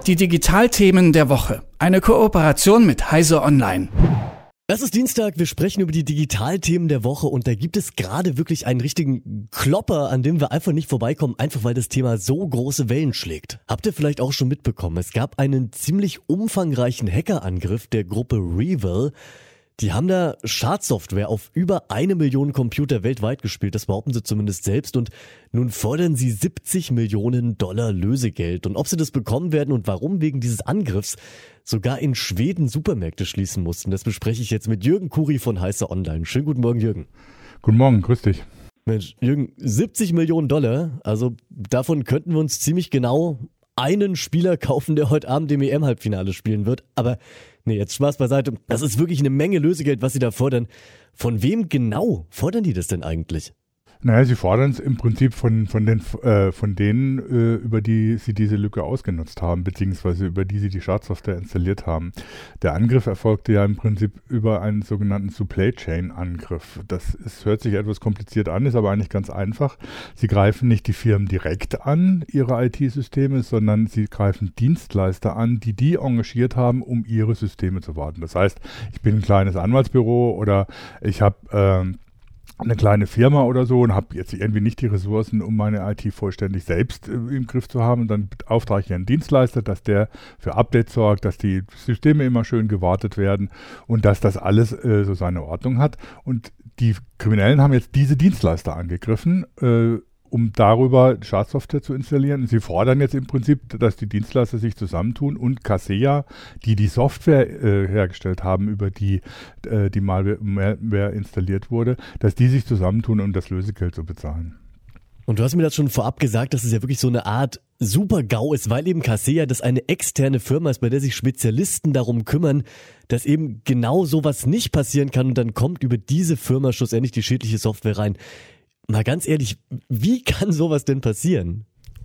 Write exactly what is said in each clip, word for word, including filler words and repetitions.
Die Digitalthemen der Woche. Eine Kooperation mit Heise Online. Es ist Dienstag, wir sprechen über die Digitalthemen der Woche und da gibt es gerade wirklich einen richtigen Klopper, an dem wir einfach nicht vorbeikommen, einfach weil das Thema so große Wellen schlägt. Habt ihr vielleicht auch schon mitbekommen, es gab einen ziemlich umfangreichen Hackerangriff der Gruppe REvil. Die haben da Schadsoftware auf über eine Million Computer weltweit gespielt, das behaupten sie zumindest selbst und nun fordern sie siebzig Millionen Dollar Lösegeld. Und ob sie das bekommen werden und warum wegen dieses Angriffs sogar in Schweden Supermärkte schließen mussten, das bespreche ich jetzt mit Jürgen Kuri von Heise Online. Schönen guten Morgen, Jürgen. Guten Morgen, grüß dich. Mensch, Jürgen, siebzig Millionen Dollar, also davon könnten wir uns ziemlich genau einen Spieler kaufen, der heute Abend im E M-Halbfinale spielen wird, aber nee, jetzt Spaß beiseite. Das ist wirklich eine Menge Lösegeld, was sie da fordern. Von wem genau fordern die das denn eigentlich? Naja, sie fordern es im Prinzip von, von, den, äh, von denen, äh, über die sie diese Lücke ausgenutzt haben, beziehungsweise über die sie die Schadsoftware installiert haben. Der Angriff erfolgte ja im Prinzip über einen sogenannten Supply Chain Angriff. Das ist, hört sich etwas kompliziert an, ist aber eigentlich ganz einfach. Sie greifen nicht die Firmen direkt an, ihre I T-Systeme, sondern sie greifen Dienstleister an, die die engagiert haben, um ihre Systeme zu warten. Das heißt, ich bin ein kleines Anwaltsbüro oder ich habe ähm, eine kleine Firma oder so und habe jetzt irgendwie nicht die Ressourcen, um meine I T vollständig selbst äh, im Griff zu haben. Und dann beauftrage ich einen Dienstleister, dass der für Updates sorgt, dass die Systeme immer schön gewartet werden und dass das alles äh, so seine Ordnung hat. Und die Kriminellen haben jetzt diese Dienstleister angegriffen, äh, um darüber Schadsoftware zu installieren. Sie fordern jetzt im Prinzip, dass die Dienstleister sich zusammentun und Kaseya, die die Software äh, hergestellt haben, über die äh, die Malware, Malware installiert wurde, dass die sich zusammentun, um das Lösegeld zu bezahlen. Und du hast mir das schon vorab gesagt, dass es ja wirklich so eine Art Super-GAU ist, weil eben Kaseya das eine externe Firma ist, bei der sich Spezialisten darum kümmern, dass eben genau sowas nicht passieren kann und dann kommt über diese Firma schlussendlich die schädliche Software rein. Mal ganz ehrlich, wie kann sowas denn passieren?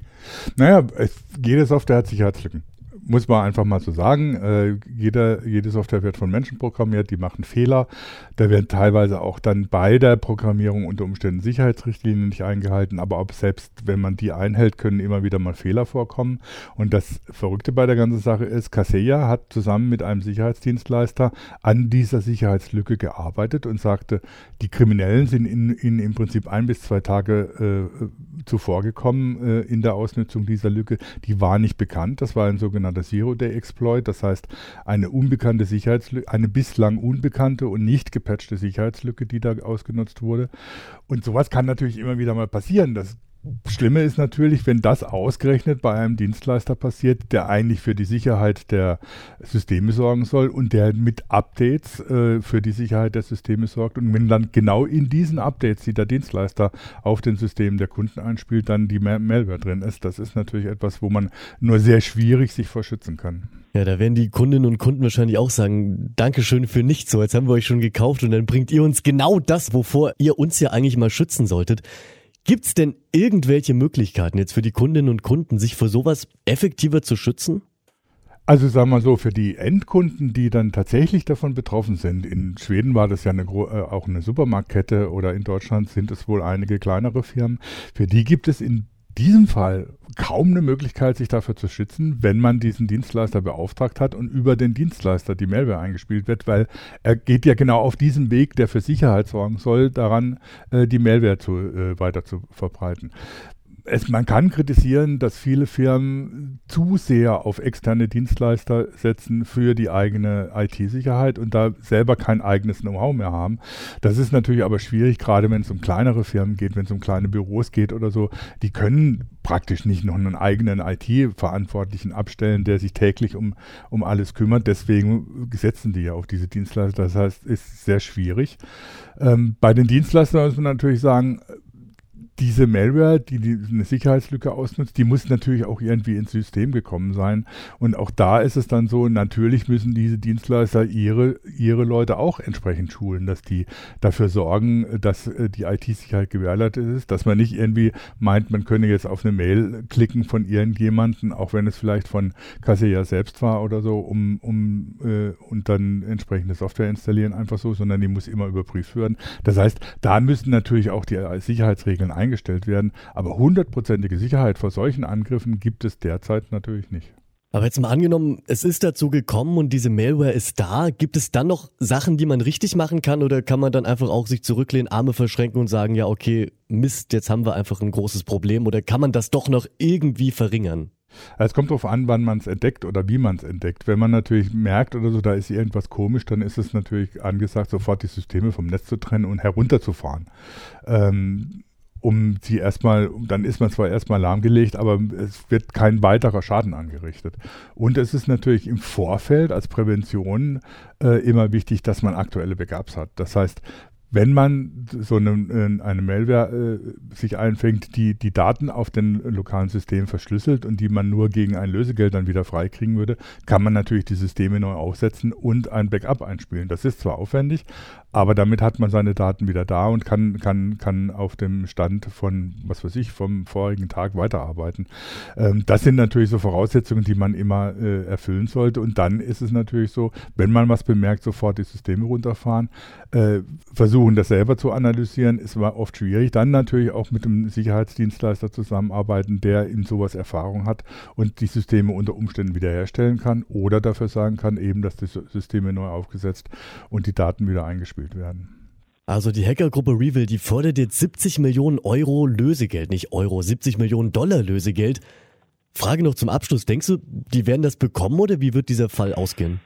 Naja, es, jede Software hat Sicherheitslücken. Muss man einfach mal so sagen. Äh, jeder, jede Software wird von Menschen programmiert, die machen Fehler. Da werden teilweise auch dann bei der Programmierung unter Umständen Sicherheitsrichtlinien nicht eingehalten. Aber ob selbst wenn man die einhält, können immer wieder mal Fehler vorkommen. Und das Verrückte bei der ganzen Sache ist, Kaseya hat zusammen mit einem Sicherheitsdienstleister an dieser Sicherheitslücke gearbeitet und sagte, die Kriminellen sind in, in im Prinzip ein bis zwei Tage äh, zuvor gekommen äh, in der Ausnutzung dieser Lücke. Die war nicht bekannt. Das war ein sogenannter Zero-Day-Exploit, das heißt eine unbekannte Sicherheitslücke, eine bislang unbekannte und nicht gepatchte Sicherheitslücke, die da ausgenutzt wurde. Und sowas kann natürlich immer wieder mal passieren. Das Schlimme ist natürlich, wenn das ausgerechnet bei einem Dienstleister passiert, der eigentlich für die Sicherheit der Systeme sorgen soll und der mit Updates äh, für die Sicherheit der Systeme sorgt. Und wenn dann genau in diesen Updates, die der Dienstleister auf den Systemen der Kunden einspielt, dann die Malware drin ist, das ist natürlich etwas, wo man nur sehr schwierig sich vor schützen kann. Ja, da werden die Kundinnen und Kunden wahrscheinlich auch sagen, Dankeschön für nichts, so jetzt haben wir euch schon gekauft und dann bringt ihr uns genau das, wovor ihr uns ja eigentlich mal schützen solltet. Gibt es denn irgendwelche Möglichkeiten jetzt für die Kundinnen und Kunden, sich vor sowas effektiver zu schützen? Also sagen wir mal so, für die Endkunden, die dann tatsächlich davon betroffen sind, in Schweden war das ja eine, äh, auch eine Supermarktkette oder in Deutschland sind es wohl einige kleinere Firmen, für die gibt es in diesem Fall kaum eine Möglichkeit, sich dafür zu schützen, wenn man diesen Dienstleister beauftragt hat und über den Dienstleister die Malware eingespielt wird, weil er geht ja genau auf diesem Weg, der für Sicherheit sorgen soll, daran, äh, die Malware zu, äh, weiter zu verbreiten. Es, man kann kritisieren, dass viele Firmen zu sehr auf externe Dienstleister setzen für die eigene I T-Sicherheit und da selber kein eigenes Know-how mehr haben. Das ist natürlich aber schwierig, gerade wenn es um kleinere Firmen geht, wenn es um kleine Büros geht oder so. Die können praktisch nicht noch einen eigenen I T-Verantwortlichen abstellen, der sich täglich um, um alles kümmert. Deswegen setzen die ja auf diese Dienstleister. Das heißt, es ist sehr schwierig. Ähm, bei den Dienstleistern muss man natürlich sagen, diese Malware, die, die eine Sicherheitslücke ausnutzt, die muss natürlich auch irgendwie ins System gekommen sein. Und auch da ist es dann so, natürlich müssen diese Dienstleister ihre, ihre Leute auch entsprechend schulen, dass die dafür sorgen, dass die I T-Sicherheit gewährleistet ist, dass man nicht irgendwie meint, man könne jetzt auf eine Mail klicken von irgendjemandem, auch wenn es vielleicht von Kaseya selbst war oder so, um, um äh, und dann entsprechende Software installieren, einfach so, sondern die muss immer überprüft werden. Das heißt, da müssen natürlich auch die Sicherheitsregeln eingestellt werden, aber hundertprozentige Sicherheit vor solchen Angriffen gibt es derzeit natürlich nicht. Aber jetzt mal angenommen, es ist dazu gekommen und diese Malware ist da, gibt es dann noch Sachen, die man richtig machen kann oder kann man dann einfach auch sich zurücklehnen, Arme verschränken und sagen, ja okay, Mist, jetzt haben wir einfach ein großes Problem oder kann man das doch noch irgendwie verringern? Es kommt darauf an, wann man es entdeckt oder wie man es entdeckt. Wenn man natürlich merkt oder so, da ist irgendwas komisch, dann ist es natürlich angesagt, sofort die Systeme vom Netz zu trennen und herunterzufahren. Ähm, um sie erstmal, dann ist man zwar erstmal lahmgelegt, aber es wird kein weiterer Schaden angerichtet. Und es ist natürlich im Vorfeld als Prävention äh, immer wichtig, dass man aktuelle Backups hat. Das heißt, wenn man so eine, eine Malware äh, sich einfängt, die die Daten auf den lokalen Systemen verschlüsselt und die man nur gegen ein Lösegeld dann wieder freikriegen würde, kann man natürlich die Systeme neu aufsetzen und ein Backup einspielen. Das ist zwar aufwendig, aber damit hat man seine Daten wieder da und kann, kann, kann auf dem Stand von, was weiß ich, vom vorigen Tag weiterarbeiten. Ähm, das sind natürlich so Voraussetzungen, die man immer äh, erfüllen sollte. Und dann ist es natürlich so, wenn man was bemerkt, sofort die Systeme runterfahren, äh, versuchen das selber zu analysieren, ist oft schwierig. Dann natürlich auch mit einem Sicherheitsdienstleister zusammenarbeiten, der in sowas Erfahrung hat und die Systeme unter Umständen wiederherstellen kann oder dafür sagen kann, eben, dass die Systeme neu aufgesetzt und die Daten wieder eingespielt werden. Also die Hackergruppe REvil, die fordert jetzt siebzig Millionen Euro Lösegeld, nicht Euro, siebzig Millionen Dollar Lösegeld. Frage noch zum Abschluss, denkst du, die werden das bekommen oder wie wird dieser Fall ausgehen?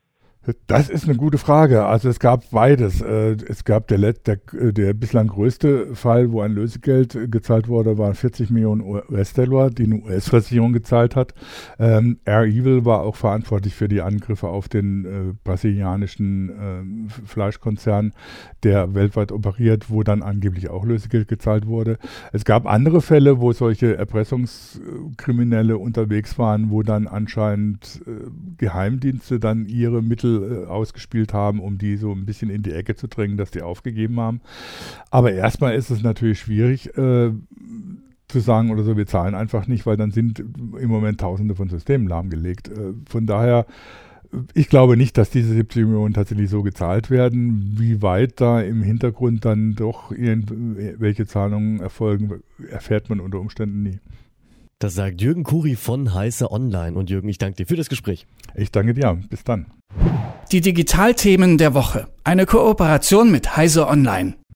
Das ist eine gute Frage. Also es gab beides. Es gab der, der, der bislang größte Fall, wo ein Lösegeld gezahlt wurde, waren vierzig Millionen U S-Dollar, die eine U S-Versicherung gezahlt hat. Ähm, REvil war auch verantwortlich für die Angriffe auf den äh, brasilianischen äh, Fleischkonzern, der weltweit operiert, wo dann angeblich auch Lösegeld gezahlt wurde. Es gab andere Fälle, wo solche Erpressungskriminelle unterwegs waren, wo dann anscheinend äh, Geheimdienste dann ihre Mittel ausgespielt haben, um die so ein bisschen in die Ecke zu drängen, dass die aufgegeben haben. Aber erstmal ist es natürlich schwierig äh, zu sagen oder so, wir zahlen einfach nicht, weil dann sind im Moment Tausende von Systemen lahmgelegt. Äh, von daher, ich glaube nicht, dass diese siebzig Millionen tatsächlich so gezahlt werden. Wie weit da im Hintergrund dann doch irgendwelche Zahlungen erfolgen, erfährt man unter Umständen nie. Das sagt Jürgen Kuri von Heise Online. Und Jürgen, ich danke dir für das Gespräch. Ich danke dir. Bis dann. Die Digitalthemen der Woche. Eine Kooperation mit Heise Online.